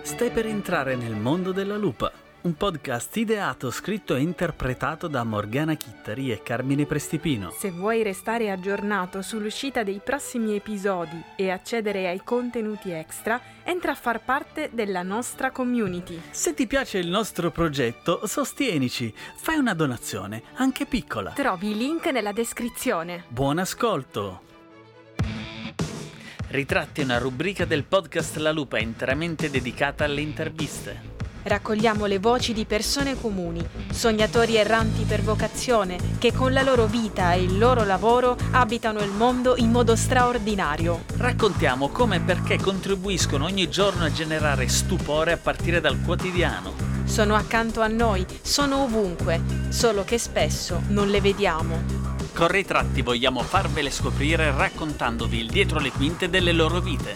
Stai per entrare nel mondo della lupa, un podcast ideato, scritto e interpretato da Morgana Chittari e Carmine Prestipino. Se vuoi restare aggiornato sull'uscita dei prossimi episodi e accedere ai contenuti extra, entra a far parte della nostra community. Se ti piace il nostro progetto, sostienici, fai una donazione, anche piccola. Trovi i link nella descrizione. Buon ascolto! Ritratti è una rubrica del podcast La Lupa interamente dedicata alle interviste. Raccogliamo le voci di persone comuni, sognatori erranti per vocazione, che con la loro vita e il loro lavoro abitano il mondo in modo straordinario. Raccontiamo come e perché contribuiscono ogni giorno a generare stupore a partire dal quotidiano. Sono accanto a noi, sono ovunque, solo che spesso non le vediamo. Con Ritratti vogliamo farvele scoprire raccontandovi il dietro le quinte delle loro vite.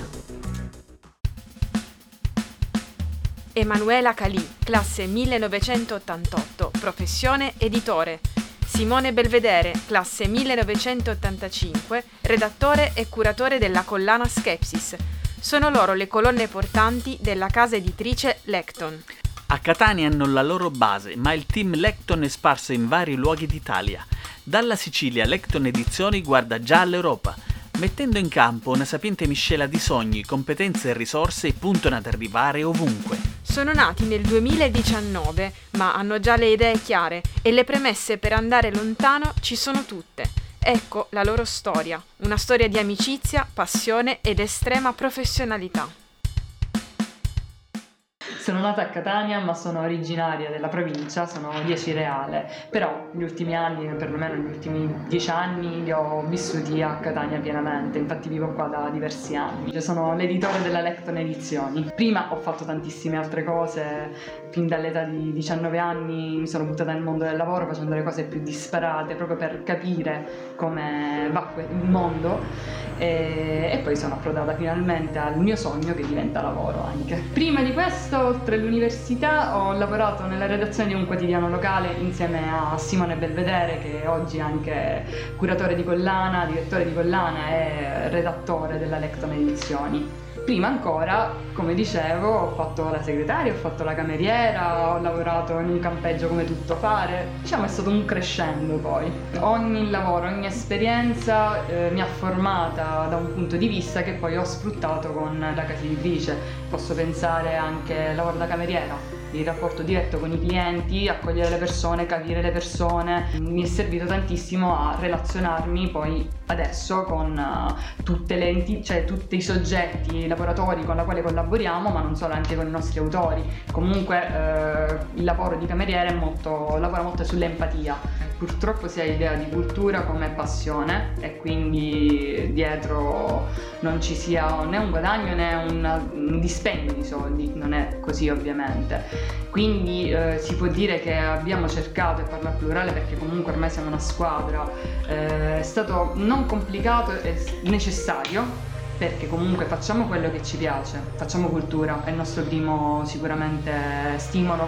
Emanuela Calì, classe 1988, professione editore. Simone Belvedere, classe 1985, redattore e curatore della collana Skepsis. Sono loro le colonne portanti della casa editrice Lecton. A Catania hanno la loro base, ma il team Lecton è sparso in vari luoghi d'Italia. Dalla Sicilia Lecton Edizioni guarda già all'Europa, mettendo in campo una sapiente miscela di sogni, competenze e risorse e puntano ad arrivare ovunque. Sono nati nel 2019, ma hanno già le idee chiare e le premesse per andare lontano ci sono tutte. Ecco la loro storia, una storia di amicizia, passione ed estrema professionalità. Sono nata a Catania, ma sono originaria della provincia, sono di Acireale, però gli ultimi anni, perlomeno gli ultimi 10 anni, li ho vissuti a Catania pienamente, infatti vivo qua da diversi anni. Sono l'editore della Lecton Edizioni. Prima ho fatto tantissime altre cose, fin dall'età di 19 anni mi sono buttata nel mondo del lavoro facendo le cose più disparate, proprio per capire come va il mondo, e poi sono approdata finalmente al mio sogno che diventa lavoro anche. Prima di questo, oltre all'università, ho lavorato nella redazione di un quotidiano locale insieme a Simone Belvedere, che oggi è anche curatore di collana, direttore di collana e redattore della Lecton Edizioni. Prima ancora, come dicevo, ho fatto la segretaria, ho fatto la cameriera, ho lavorato in un campeggio come tuttofare. Diciamo è stato un crescendo poi. Ogni lavoro, ogni esperienza mi ha formata da un punto di vista che poi ho sfruttato con la casa editrice. Posso pensare anche al lavoro da cameriera, il rapporto diretto con i clienti, accogliere le persone, capire le persone. Mi è servito tantissimo a relazionarmi poi adesso con tutte le tutti i soggetti, i lavoratori con la quale collaboriamo, ma non solo, anche con i nostri autori. Comunque il lavoro di cameriere lavora molto sull'empatia. Purtroppo si ha idea di cultura come passione e quindi dietro non ci sia né un guadagno né un dispendio di soldi, non è così ovviamente. Quindi si può dire che abbiamo cercato, e parlo al plurale perché comunque ormai siamo una squadra, è stato non complicato e necessario, perché comunque facciamo quello che ci piace, facciamo cultura, è il nostro primo sicuramente stimolo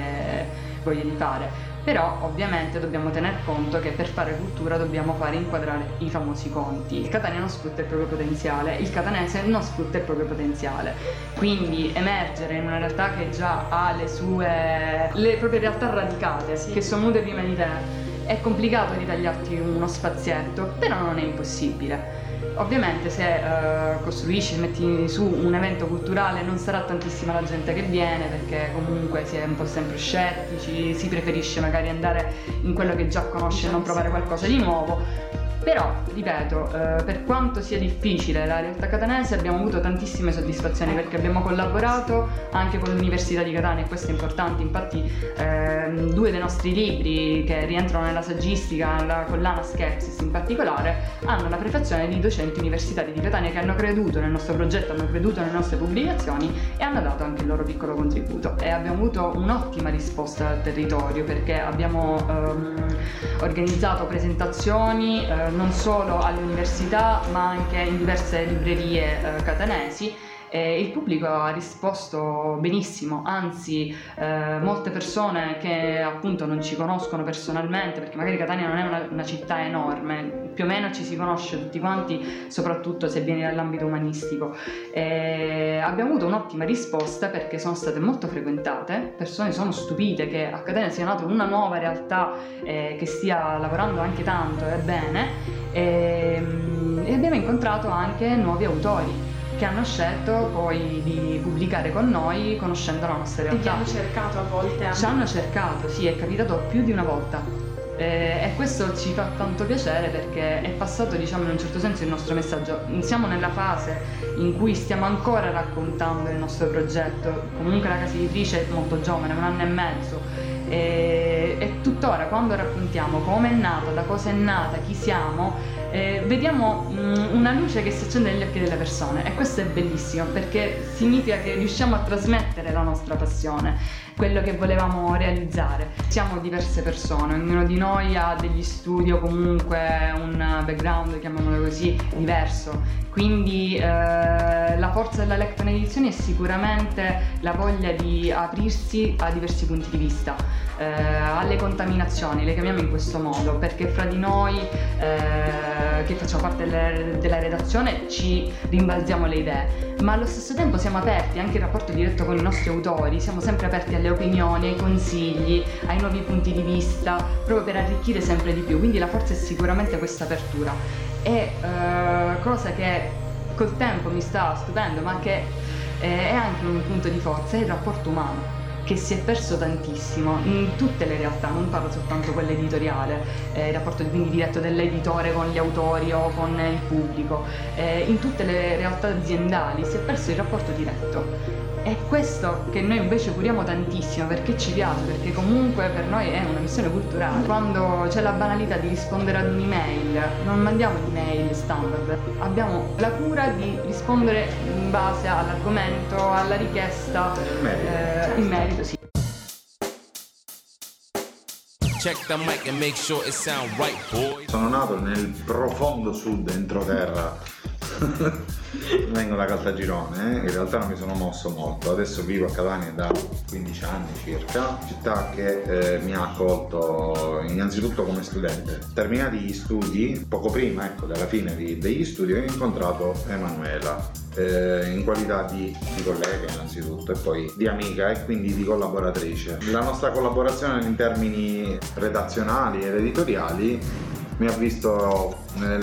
e voglia di fare. Però ovviamente dobbiamo tener conto che per fare cultura dobbiamo fare inquadrare i famosi conti. Il Catania non sfrutta il proprio potenziale, il catanese non sfrutta il proprio potenziale. Quindi emergere in una realtà che già ha le proprie realtà radicate, che sono venute prima di te, è complicato ritagliarti uno spazietto, però non è impossibile. Ovviamente se costruisci, metti su un evento culturale, non sarà tantissima la gente che viene, perché comunque si è un po' sempre scettici, si preferisce magari andare in quello che già conosce e non provare qualcosa di nuovo. Però, ripeto, per quanto sia difficile la realtà catanese, abbiamo avuto tantissime soddisfazioni perché abbiamo collaborato anche con l'Università di Catania, e questo è importante. Infatti 2 dei nostri libri che rientrano nella saggistica, la collana Skepsis in particolare, hanno la prefazione di docenti universitari di Catania che hanno creduto nel nostro progetto, hanno creduto nelle nostre pubblicazioni e hanno dato anche il loro piccolo contributo. E abbiamo avuto un'ottima risposta dal territorio perché abbiamo organizzato presentazioni non solo alle università ma anche in diverse librerie catanesi, Il pubblico ha risposto benissimo, anzi molte persone che appunto non ci conoscono personalmente, perché magari Catania non è una città enorme, più o meno ci si conosce tutti quanti, soprattutto se vieni dall'ambito umanistico. Abbiamo avuto un'ottima risposta perché sono state molto frequentate, persone sono stupite che a Catania sia nata una nuova realtà che stia lavorando anche tanto e bene, e abbiamo incontrato anche nuovi autori che hanno scelto poi di pubblicare con noi conoscendo la nostra realtà. E ti hanno cercato a volte anche? Ci hanno cercato, sì, è capitato più di una volta. E questo ci fa tanto piacere perché è passato, diciamo, in un certo senso il nostro messaggio. Siamo nella fase in cui stiamo ancora raccontando il nostro progetto, comunque la casa editrice è molto giovane, 1 anno e mezzo, e tuttora quando raccontiamo come è nata, da cosa è nata, chi siamo, vediamo una luce che si accende negli occhi delle persone, e questo è bellissimo perché significa che riusciamo a trasmettere la nostra passione, quello che volevamo realizzare. Siamo diverse persone, ognuno di noi ha degli studi o comunque un background, chiamiamolo così, diverso, quindi la forza della Lecton Edizioni è sicuramente la voglia di aprirsi a diversi punti di vista, alle contaminazioni, le chiamiamo in questo modo, perché fra di noi che facciamo parte della redazione ci rimbalziamo le idee, ma allo stesso tempo siamo aperti anche in rapporto diretto con i nostri autori, siamo sempre aperti alle opinioni, ai consigli, ai nuovi punti di vista, proprio per arricchire sempre di più, quindi la forza è sicuramente questa apertura. E cosa che col tempo mi sta stupendo, ma che è anche un punto di forza, è il rapporto umano, che si è perso tantissimo in tutte le realtà, non parlo soltanto quella editoriale, il rapporto quindi diretto dell'editore con gli autori o con il pubblico, in tutte le realtà aziendali si è perso il rapporto diretto. È questo che noi invece curiamo tantissimo perché ci piace, perché comunque per noi è una missione culturale. Quando c'è la banalità di rispondere ad un'email, non mandiamo l'email standard, abbiamo la cura di rispondere in base all'argomento, alla richiesta, in merito, sì. Check the mic and make sure it sound right, boy. Sono nato nel profondo sud, entroterra. Vengo da Caltagirone, in realtà non mi sono mosso molto, adesso vivo a Catania da 15 anni circa, città che mi ha accolto innanzitutto come studente. Terminati gli studi, poco prima della fine degli studi, ho incontrato Emanuela in qualità di collega innanzitutto e poi di amica e quindi di collaboratrice. La nostra collaborazione in termini redazionali ed editoriali mi ha visto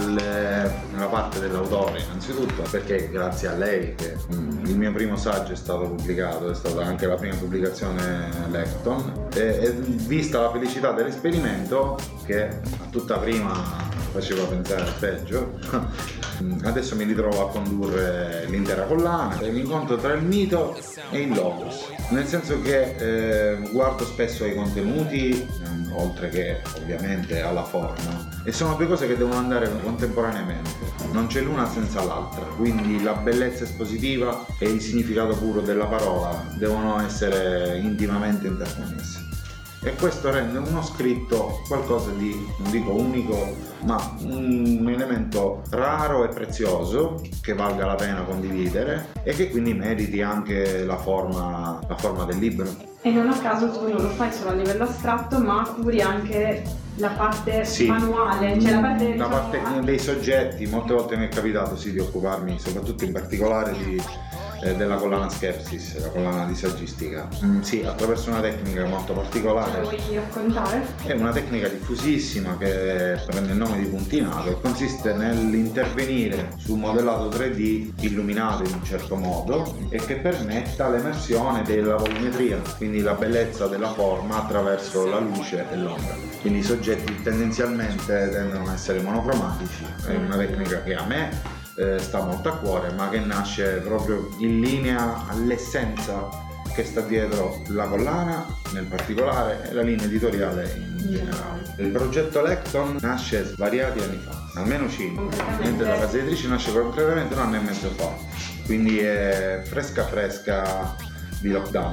nella parte dell'autore innanzitutto, perché grazie a lei che il mio primo saggio è stato pubblicato, è stata anche la prima pubblicazione Lecton, e vista la felicità dell'esperimento che a tutta prima faceva pensare al peggio, adesso mi ritrovo a condurre l'intera collana, l'incontro tra il mito e il logos, nel senso che guardo spesso ai contenuti oltre che ovviamente alla forma, e sono due cose che devono andare contemporaneamente, non c'è l'una senza l'altra, quindi la bellezza espositiva e il significato puro della parola devono essere intimamente interconnessi, e questo rende uno scritto qualcosa di, non dico unico, ma un elemento raro e prezioso che valga la pena condividere e che quindi meriti anche la forma del libro. E non a caso tu non lo fai solo a livello astratto, ma curi anche la parte manuale, cioè la parte dei soggetti. Molte volte mi è capitato di occuparmi, soprattutto in particolare della collana Skepsis, la collana di saggistica, attraverso una tecnica molto particolare. Vuoi raccontare? È una tecnica diffusissima che prende il nome di puntinato e consiste nell'intervenire su un modellato 3D illuminato in un certo modo e che permetta l'emersione della volumetria, quindi la bellezza della forma attraverso la luce e l'ombra. Quindi i soggetti tendenzialmente tendono a essere monocromatici, è una tecnica che a me sta molto a cuore, ma che nasce proprio in linea all'essenza che sta dietro la collana nel particolare e la linea editoriale in generale. Il progetto Lecton nasce svariati anni fa, almeno 5, mentre la casa editrice nasce concretamente 1 anno e mezzo fa, quindi è fresca di lockdown.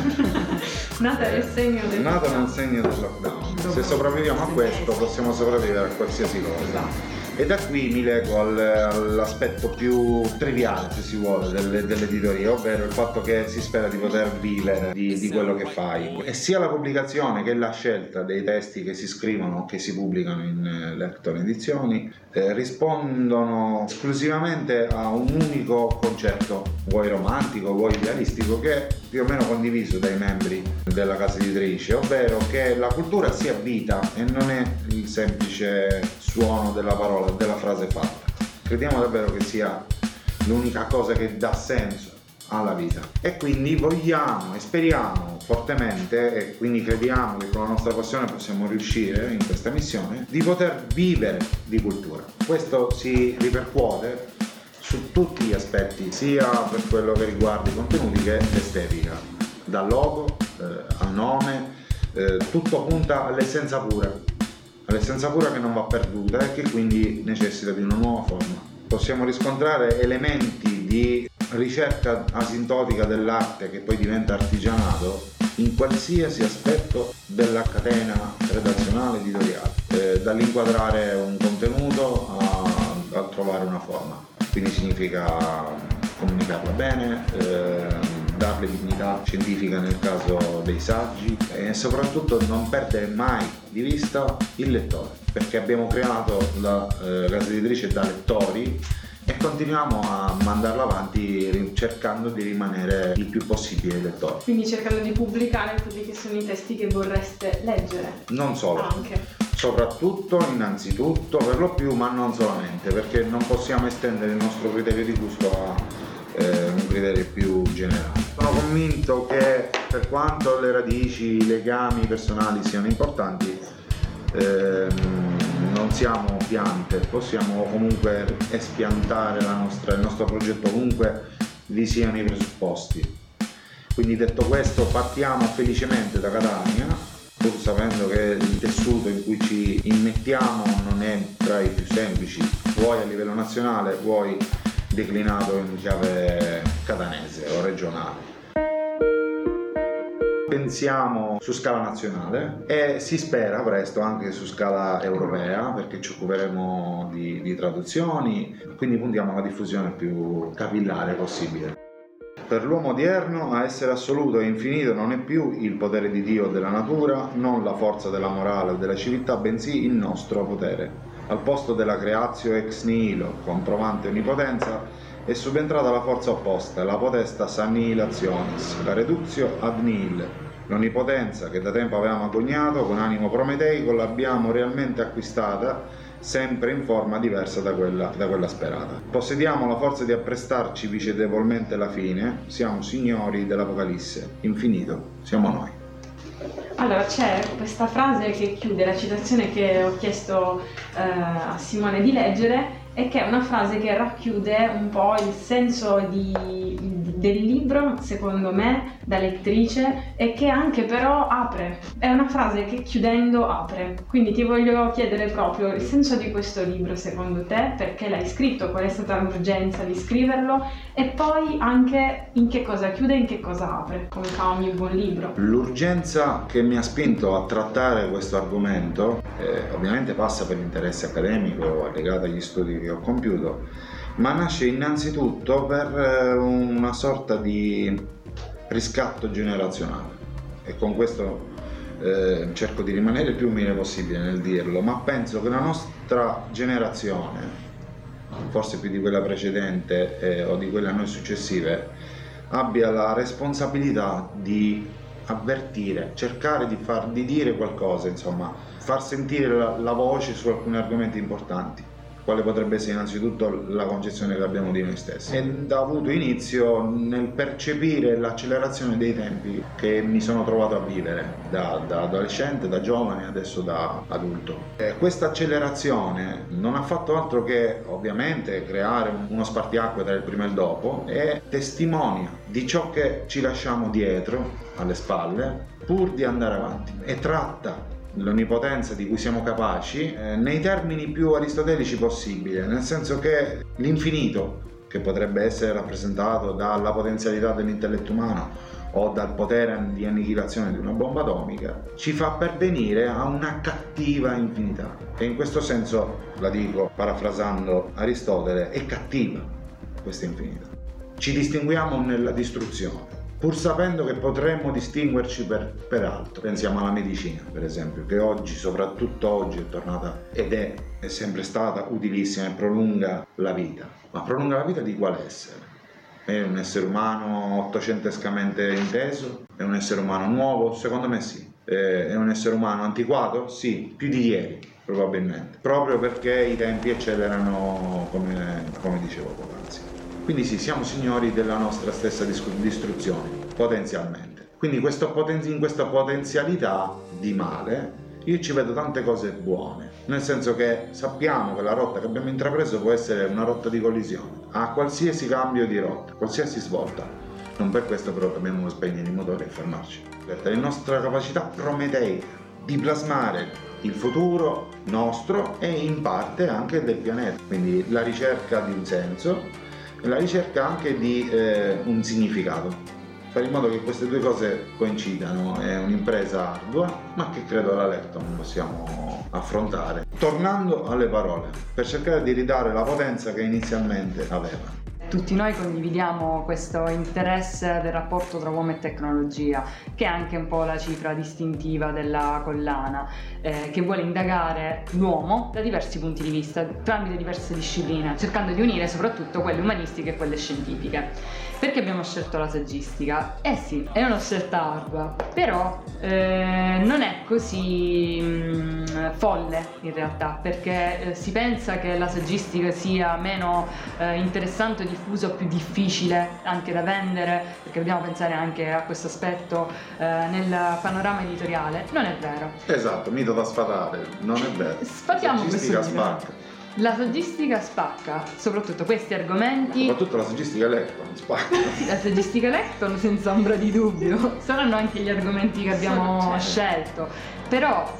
Nata nel segno del lockdown. Se sopravviviamo a questo possiamo sopravvivere a qualsiasi cosa. E da qui mi lego all'aspetto più triviale, se si vuole, dell'editoria, ovvero il fatto che si spera di poter vivere di quello che fai. E sia la pubblicazione che la scelta dei testi che si scrivono o che si pubblicano in Lecton Edizioni rispondono esclusivamente a un unico concetto, vuoi romantico, vuoi idealistico, che è più o meno condiviso dai membri della casa editrice, ovvero che la cultura sia vita e non è il semplice suono della parola, della frase fatta. Crediamo davvero che sia l'unica cosa che dà senso alla vita, e quindi vogliamo e speriamo fortemente, e quindi crediamo che con la nostra passione possiamo riuscire in questa missione di poter vivere di cultura. Questo si ripercuote su tutti gli aspetti, sia per quello che riguarda i contenuti che l'estetica, dal logo al nome, tutto punta all'essenza pura che non va perduta e che quindi necessita di una nuova forma. Possiamo riscontrare elementi di ricerca asintotica dell'arte che poi diventa artigianato in qualsiasi aspetto della catena redazionale editoriale, dall'inquadrare un contenuto a trovare una forma. Quindi significa comunicarla bene, darle dignità scientifica nel caso dei saggi e soprattutto non perdere mai di vista il lettore, perché abbiamo creato la casa editrice da lettori e continuiamo a mandarla avanti cercando di rimanere il più possibile lettori. Quindi cercando di pubblicare quelli che sono i testi che vorreste leggere. Non solo. Anche. Soprattutto, innanzitutto, per lo più, ma non solamente, perché non possiamo estendere il nostro criterio di gusto a un criterio più generale. Sono convinto che per quanto le radici, i legami personali siano importanti, non siamo piante, possiamo comunque espiantare il nostro progetto ovunque vi siano i presupposti. Quindi detto questo, partiamo felicemente da Catania, pur sapendo che il tessuto in cui ci immettiamo non è tra i più semplici, vuoi a livello nazionale, vuoi declinato in chiave catanese o regionale. Pensiamo su scala nazionale e si spera presto anche su scala europea, perché ci occuperemo di traduzioni, quindi puntiamo alla diffusione più capillare possibile. Per l'uomo odierno a essere assoluto e infinito non è più il potere di Dio o della natura, non la forza della morale o della civiltà, bensì il nostro potere. Al posto della creatio ex nihilo, comprovante onnipotenza, è subentrata la forza opposta, la potestas annihilationis, la reductio ad nihil. L'onnipotenza che da tempo avevamo agognato con animo prometeico l'abbiamo realmente acquistata, sempre in forma diversa da quella sperata. Possediamo la forza di apprestarci vicedevolmente la fine, siamo signori dell'Apocalisse, infinito, siamo noi. Allora, c'è questa frase che chiude la citazione che ho chiesto a Simone di leggere, e che è una frase che racchiude un po' il senso del libro, secondo me, da lettrice, e che anche però apre. È una frase che chiudendo apre. Quindi ti voglio chiedere proprio il senso di questo libro, secondo te, perché l'hai scritto, qual è stata l'urgenza di scriverlo, e poi anche in che cosa chiude e in che cosa apre, come fa ogni buon libro. L'urgenza che mi ha spinto a trattare questo argomento ovviamente passa per l'interesse accademico legato agli studi che ho compiuto, ma nasce innanzitutto per una sorta di riscatto generazionale, e con questo cerco di rimanere il più umile possibile nel dirlo, ma penso che la nostra generazione, forse più di quella precedente o di quelle a noi successive, abbia la responsabilità di avvertire, cercare di dire qualcosa, insomma, far sentire la voce su alcuni argomenti importanti, quale potrebbe essere innanzitutto la concezione che abbiamo di noi stessi. Ed ha avuto inizio nel percepire l'accelerazione dei tempi che mi sono trovato a vivere da adolescente, da giovane, adesso da adulto. Questa accelerazione non ha fatto altro che ovviamente creare uno spartiacque tra il prima e il dopo, e testimonia di ciò che ci lasciamo dietro, alle spalle, pur di andare avanti, e tratta l'onnipotenza di cui siamo capaci nei termini più aristotelici possibile, nel senso che l'infinito, che potrebbe essere rappresentato dalla potenzialità dell'intelletto umano o dal potere di annichilazione di una bomba atomica, ci fa pervenire a una cattiva infinità. E in questo senso, la dico parafrasando Aristotele, è cattiva questa infinità. Ci distinguiamo nella distruzione, pur sapendo che potremmo distinguerci per altro. Pensiamo alla medicina, per esempio, che oggi, soprattutto oggi, è tornata ed è sempre stata utilissima e prolunga la vita. Ma prolunga la vita di quale essere? È un essere umano ottocentescamente inteso? È un essere umano nuovo? Secondo me sì. È un essere umano antiquato? Sì, più di ieri probabilmente, proprio perché i tempi accelerano, come dicevo poc'anzi. Quindi sì, siamo signori della nostra stessa distruzione, potenzialmente. Quindi in questa potenzialità di male io ci vedo tante cose buone, nel senso che sappiamo che la rotta che abbiamo intrapreso può essere una rotta di collisione a qualsiasi cambio di rotta, qualsiasi svolta. Non per questo però dobbiamo spegnere i motori e fermarci. La nostra capacità prometeica di plasmare il futuro nostro e in parte anche del pianeta, quindi la ricerca di un senso e la ricerca anche di un significato. Fare in modo che queste due cose coincidano è un'impresa ardua, ma che credo alla Lecton possiamo affrontare. Tornando alle parole, per cercare di ridare la potenza che inizialmente aveva. Tutti noi condividiamo questo interesse del rapporto tra uomo e tecnologia, che è anche un po' la cifra distintiva della collana, che vuole indagare l'uomo da diversi punti di vista, tramite diverse discipline, cercando di unire soprattutto quelle umanistiche e quelle scientifiche. Perché abbiamo scelto la saggistica? Sì, è una scelta ardua, però non è così folle in realtà, perché si pensa che la saggistica sia meno interessante o diffusa, più difficile anche da vendere, perché dobbiamo pensare anche a questo aspetto nel panorama editoriale. Non è vero. Esatto, mito da sfatare, non è vero. Sfatiamo questo mito. Spacca. La saggistica spacca, soprattutto questi argomenti. Soprattutto la saggistica Lecton spacca. La saggistica Lecton senza ombra di dubbio. Saranno anche gli argomenti che abbiamo scelto. Però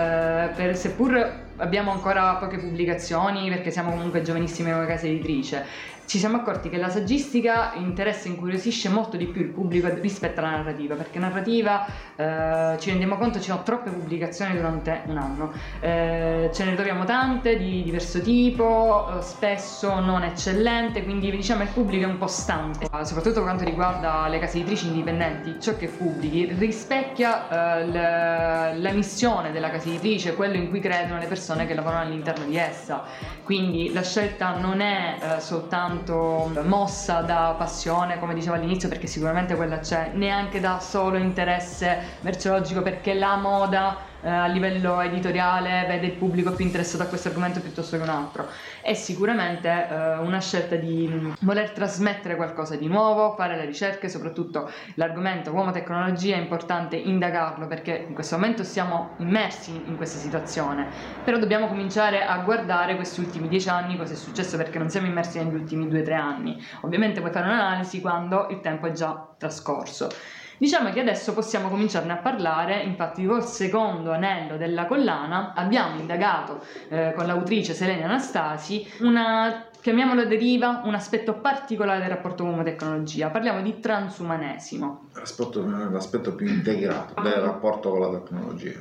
seppur abbiamo ancora poche pubblicazioni, perché siamo comunque giovanissime come casa editrice, ci siamo accorti che la saggistica interessa e incuriosisce molto di più il pubblico rispetto alla narrativa, perché narrativa ci rendiamo conto ci sono troppe pubblicazioni durante un anno, ce ne troviamo tante di diverso tipo, spesso non eccellente, quindi diciamo il pubblico è un po' stanco, soprattutto per quanto riguarda le case editrici indipendenti. Ciò che pubblichi rispecchia la missione della casa editrice, quello in cui credono le persone che lavorano all'interno di essa, quindi la scelta non è soltanto mossa da passione, come dicevo all'inizio, perché sicuramente quella c'è, neanche da solo interesse merceologico, perché la moda a livello editoriale vede il pubblico più interessato a questo argomento piuttosto che un altro. È sicuramente una scelta di voler trasmettere qualcosa di nuovo, fare le ricerche, soprattutto l'argomento uomo-tecnologia è importante indagarlo, perché in questo momento siamo immersi in questa situazione, però dobbiamo cominciare a guardare questi ultimi 10 anni cosa è successo, perché non siamo immersi negli ultimi 2-3 anni. Ovviamente puoi fare un'analisi quando il tempo è già trascorso. Diciamo che adesso possiamo cominciarne a parlare. Infatti col secondo anello della collana abbiamo indagato con l'autrice Selenia Anastasi una, chiamiamola deriva, un aspetto particolare del rapporto uomo-tecnologia. Parliamo di transumanesimo, l'aspetto più integrato del rapporto con la tecnologia.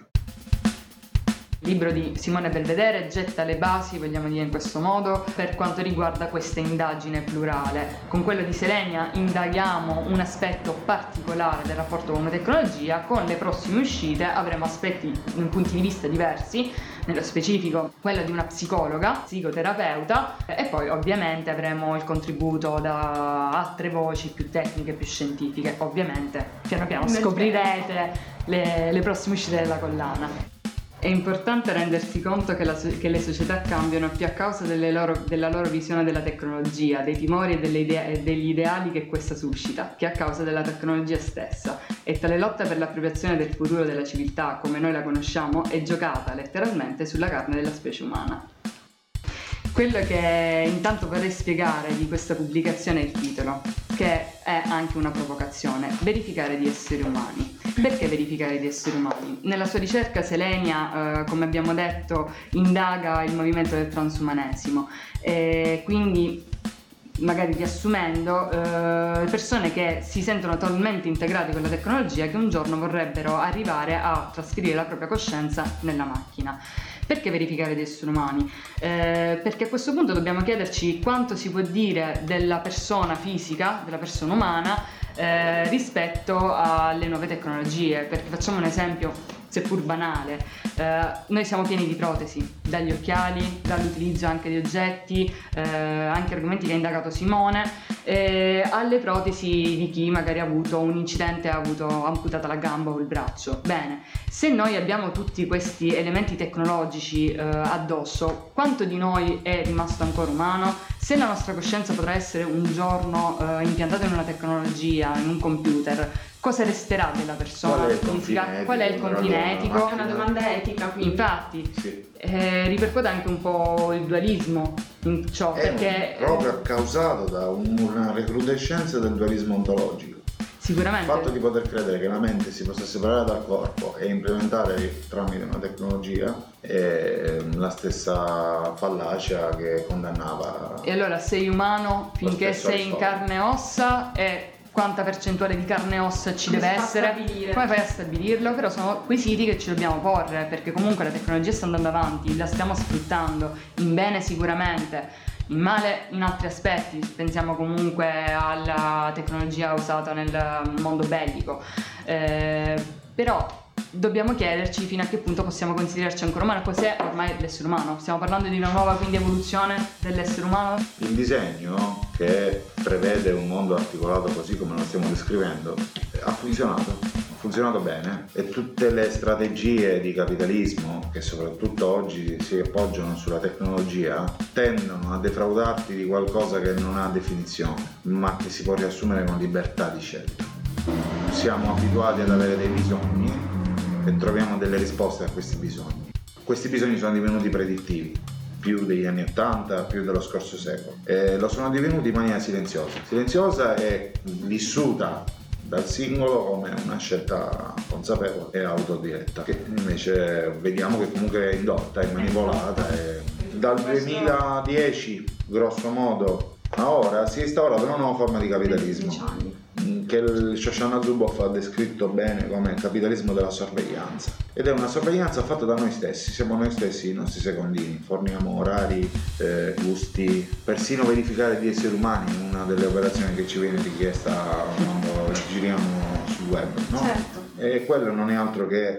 Il libro di Simone Belvedere getta le basi, vogliamo dire in questo modo, per quanto riguarda questa indagine plurale. Con quello di Selenia indaghiamo un aspetto particolare del rapporto uomo-tecnologia, con le prossime uscite avremo aspetti in punti di vista diversi, nello specifico quello di una psicologa, psicoterapeuta, e poi ovviamente avremo il contributo da altre voci più tecniche, più scientifiche. Ovviamente piano piano scoprirete le prossime uscite della collana. È importante rendersi conto che le società cambiano più a causa della loro visione della tecnologia, dei timori e degli ideali che questa suscita, che a causa della tecnologia stessa. E tale lotta per l'appropriazione del futuro della civiltà, come noi la conosciamo, è giocata letteralmente sulla carne della specie umana. Quello che intanto vorrei spiegare di questa pubblicazione è il titolo, che è anche una provocazione: verificare di esseri umani. Perché verificare di esseri umani? Nella sua ricerca Selenia, come abbiamo detto, indaga il movimento del transumanesimo, e quindi magari riassumendo, persone che si sentono talmente integrate con la tecnologia che un giorno vorrebbero arrivare a trasferire la propria coscienza nella macchina. Perché verificare gli esseri umani? Perché a questo punto dobbiamo chiederci quanto si può dire della persona fisica, della persona umana, rispetto alle nuove tecnologie. Perché facciamo un esempio, seppur banale, noi siamo pieni di protesi, dagli occhiali, dall'utilizzo anche di oggetti, anche argomenti che ha indagato Simone, alle protesi di chi magari ha avuto un incidente, ha avuto amputata la gamba o il braccio. Bene, se noi abbiamo tutti questi elementi tecnologici addosso, quanto di noi è rimasto ancora umano? Se la nostra coscienza potrà essere un giorno impiantata in una tecnologia, in un computer, cosa resterà della persona fisica? Qual è il confine etico? È una domanda etica, quindi. Infatti, Sì. ripercuote anche un po' il dualismo in ciò, perché proprio causato da una recrudescenza del dualismo ontologico. Il sicuramente fatto di poter credere che la mente si possa separare dal corpo e implementare tramite una tecnologia è la stessa fallacia che condannava. E allora sei umano finché stesso sei in Aristotle. carne e ossa, e quanta percentuale di carne e ossa ci Come deve si fa a essere? stabilire? Come fai a stabilirlo? Però sono quesiti che ci dobbiamo porre, perché comunque la tecnologia sta andando avanti, la stiamo sfruttando, in bene sicuramente, in male in altri aspetti. Pensiamo comunque alla tecnologia usata nel mondo bellico, però dobbiamo chiederci fino a che punto possiamo considerarci ancora umano. Cos'è ormai l'essere umano? Stiamo parlando di una nuova quindi evoluzione dell'essere umano? Il disegno, che prevede un mondo articolato così come lo stiamo descrivendo, ha funzionato bene, e tutte le strategie di capitalismo che soprattutto oggi si appoggiano sulla tecnologia tendono a defraudarti di qualcosa che non ha definizione, ma che si può riassumere con libertà di scelta. Siamo abituati ad avere dei bisogni e troviamo delle risposte a questi bisogni. Questi bisogni sono divenuti predittivi, più degli anni 80, più dello scorso secolo, e lo sono divenuti in maniera silenziosa e vissuta dal singolo come una scelta consapevole e autodiretta, che invece vediamo che comunque è indotta, è manipolata, e dal 2010 grosso modo a ora si è instaurata una nuova forma di capitalismo 10 anni. che il Shoshana Zuboff ha descritto bene come il capitalismo della sorveglianza, ed è una sorveglianza fatta da noi stessi. Siamo noi stessi i nostri secondini, forniamo orari, gusti, persino verificare gli esseri umani, una delle operazioni che ci viene richiesta quando giriamo sul web, no? Certo. E quello non è altro che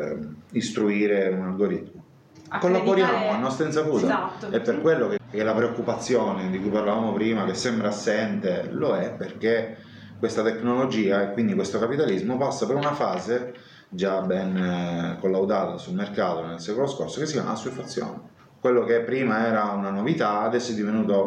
istruire un algoritmo. Accreditare- Collaboriamo a nostra insaputa. Esatto. È per quello che la preoccupazione di cui parlavamo prima, che sembra assente, lo è perché questa tecnologia e quindi questo capitalismo passa per una fase già ben collaudata sul mercato nel secolo scorso, che si chiama assuefazione. Quello che prima era una novità adesso è divenuto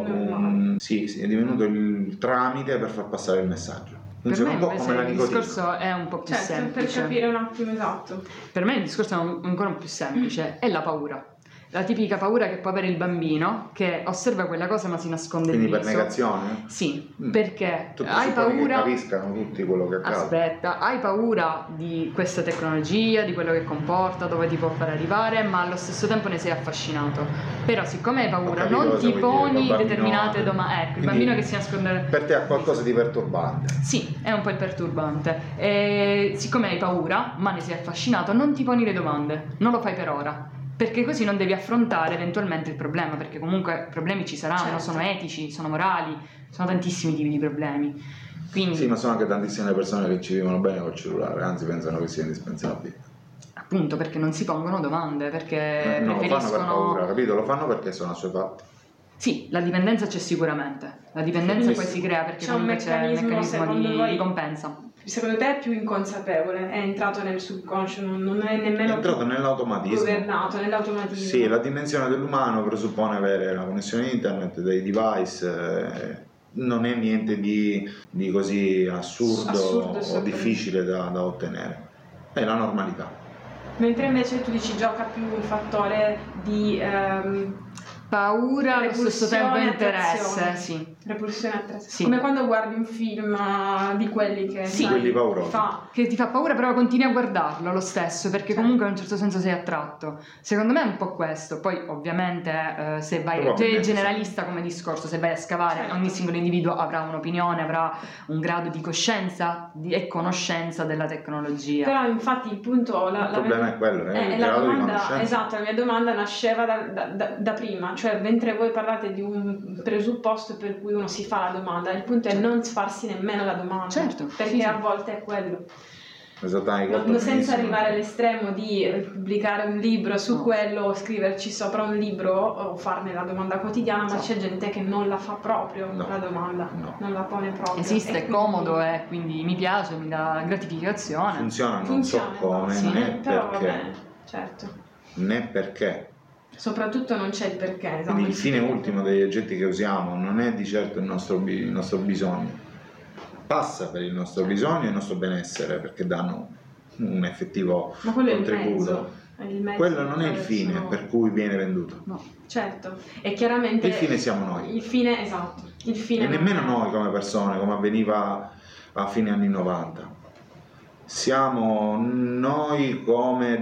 è divenuto il tramite per far passare il messaggio. Per Funziona me un po' invece come la il nicotina. discorso è un po' più Certo, per semplice. capire un attimo esatto. Per me il discorso è ancora più semplice, è la paura. La tipica paura che può avere il bambino che osserva quella cosa ma si nasconde Quindi il per viso. negazione? Sì, perché Tu hai supponi che paura. capiscano tutti quello che accade. Aspetta, hai paura di questa tecnologia, di quello che comporta, dove ti può far arrivare, ma allo stesso tempo ne sei affascinato. Però siccome hai Ho paura capito non cosa ti vuoi dire, poni il bambino- determinate domande. Ecco, il Quindi bambino che si nasconde. Per te ha qualcosa di perturbante. Sì, è un po' il perturbante. E siccome hai paura, ma ne sei affascinato, non ti poni le domande, non lo fai per ora. Perché così non devi affrontare eventualmente il problema, perché comunque problemi ci saranno, Certo. sono etici, sono morali, sono tantissimi tipi di problemi. Quindi, Sì, ma sono anche tantissime persone che ci vivono bene col cellulare, anzi pensano che sia indispensabile. appunto, perché non si pongono domande, perché No, lo fanno per preferiscono. paura, capito? Lo fanno perché sono assuefatti. Sì, la dipendenza c'è sicuramente. La dipendenza Quindi poi si crea perché c'è un comunque c'è il meccanismo, meccanismo secondo di voi- ricompensa. Secondo te è più inconsapevole, è entrato nel subconscio, non è È nemmeno entrato più nell'automatismo. governato, nell'automatismo. Sì, la dimensione dell'umano presuppone avere la connessione internet, dei device, non è niente di così assurdo o assolutamente. difficile da ottenere. È la normalità. Mentre invece tu dici gioca più un fattore di paura, allo stesso tempo interesse, attrazione. sì. Repulsione e attrazione. Sì. Come quando guardi un film di quelli che Sì. sai, Quelli paurosi. Che ti fa paura, però continui a guardarlo lo stesso, perché comunque in un certo senso sei attratto. Secondo me è un po' questo. Poi ovviamente se vai Probabilmente generalista come discorso, se vai a scavare, Certo. ogni singolo individuo avrà un'opinione, avrà un grado di coscienza e conoscenza della tecnologia. Però infatti il punto Il problema è quello, il la grado di domanda, conoscenza. esatto, la mia domanda nasceva da prima, cioè mentre voi parlate di un presupposto per cui uno si fa la domanda, il punto è non farsi nemmeno la domanda, Certo, perché sì, sì. a volte è quello. Esattamente, Senza benissimo. arrivare all'estremo di pubblicare un libro su No. quello o scriverci sopra un libro o farne la domanda quotidiana, ma Esatto. c'è gente che non la fa proprio No. la domanda, No. non la pone proprio. Esiste, E è comodo e quindi mi piace, mi dà gratificazione. Funziona, non funziona, so come, sì, né però va perché, bene, certo. né perché. Soprattutto non c'è il perché. esatto. Quindi il fine ultimo degli oggetti che usiamo non è di certo il nostro bisogno, passa per il nostro bisogno e il nostro benessere, perché danno un effettivo Ma quello è il contributo. mezzo. È il mezzo Quello non è il attraverso- fine per cui viene venduto. No. Certo, e chiaramente Il fine siamo noi. Il fine, esatto. Il fine E non nemmeno è- noi come persone, come avveniva a fine anni 90. Siamo noi come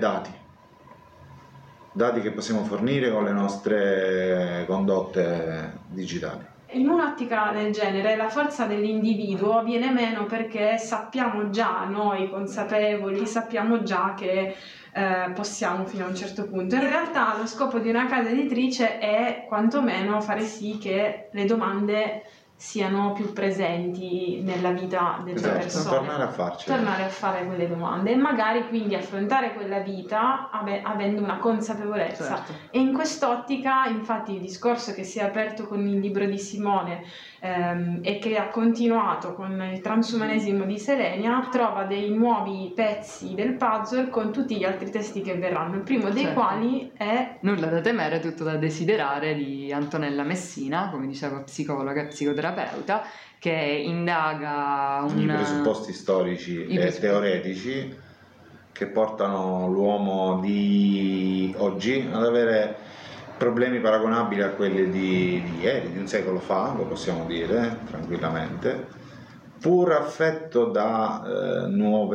dati che possiamo fornire con le nostre condotte digitali. In un'ottica del genere la forza dell'individuo viene meno perché sappiamo già, noi consapevoli, sappiamo già che possiamo fino a un certo punto. In realtà lo scopo di una casa editrice è quantomeno fare sì che le domande siano più presenti nella vita delle Esatto, persone. tornare a farci. Tornare a fare quelle domande e magari quindi affrontare quella vita avendo una consapevolezza. Certo. E in quest'ottica, infatti, il discorso che si è aperto con il libro di Simone e che ha continuato con il transumanesimo di Selenia trova dei nuovi pezzi del puzzle con tutti gli altri testi che verranno. Il primo dei Certo. quali è Nulla da temere, tutto da desiderare di Antonella Messina, come diceva psicologa e psicoterapeuta, che indaga I presupposti storici I e presupposti. teoretici che portano l'uomo di oggi ad avere problemi paragonabili a quelli di ieri, di un secolo fa, lo possiamo dire tranquillamente, pur affetto da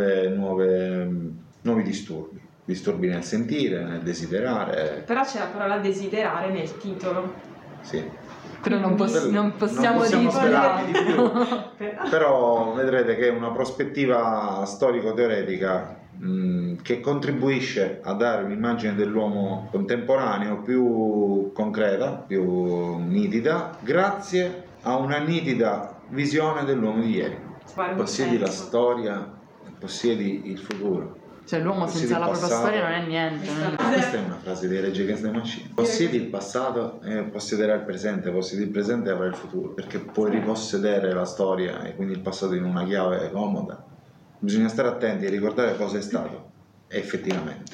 nuovi disturbi nel sentire, nel desiderare, però c'è la parola desiderare nel titolo. sì. Però non possiamo possiamo sperare di più. Per- Però vedrete che è una prospettiva storico-teoretica che contribuisce a dare un'immagine dell'uomo contemporaneo più concreta, più nitida, grazie a una nitida visione dell'uomo di ieri. fare un Possiedi la senso. storia, possiedi il futuro. Cioè l'uomo Possiedi senza il la propria passato. storia non è niente. non è- Questa è una frase di Rage Against the Machine. Possiedi il passato e possederai il presente, possiedi il presente e avrai il futuro, perché puoi ripossedere la storia e quindi il passato in una chiave comoda. Bisogna stare attenti e ricordare cosa è stato effettivamente.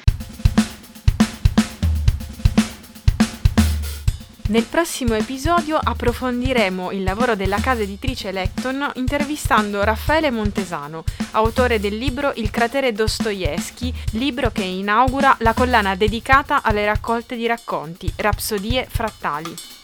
Nel prossimo episodio approfondiremo il lavoro della casa editrice Lecton intervistando Raffaele Montesano, autore del libro Il cratere Dostoevskij, libro che inaugura la collana dedicata alle raccolte di racconti, Rapsodie frattali.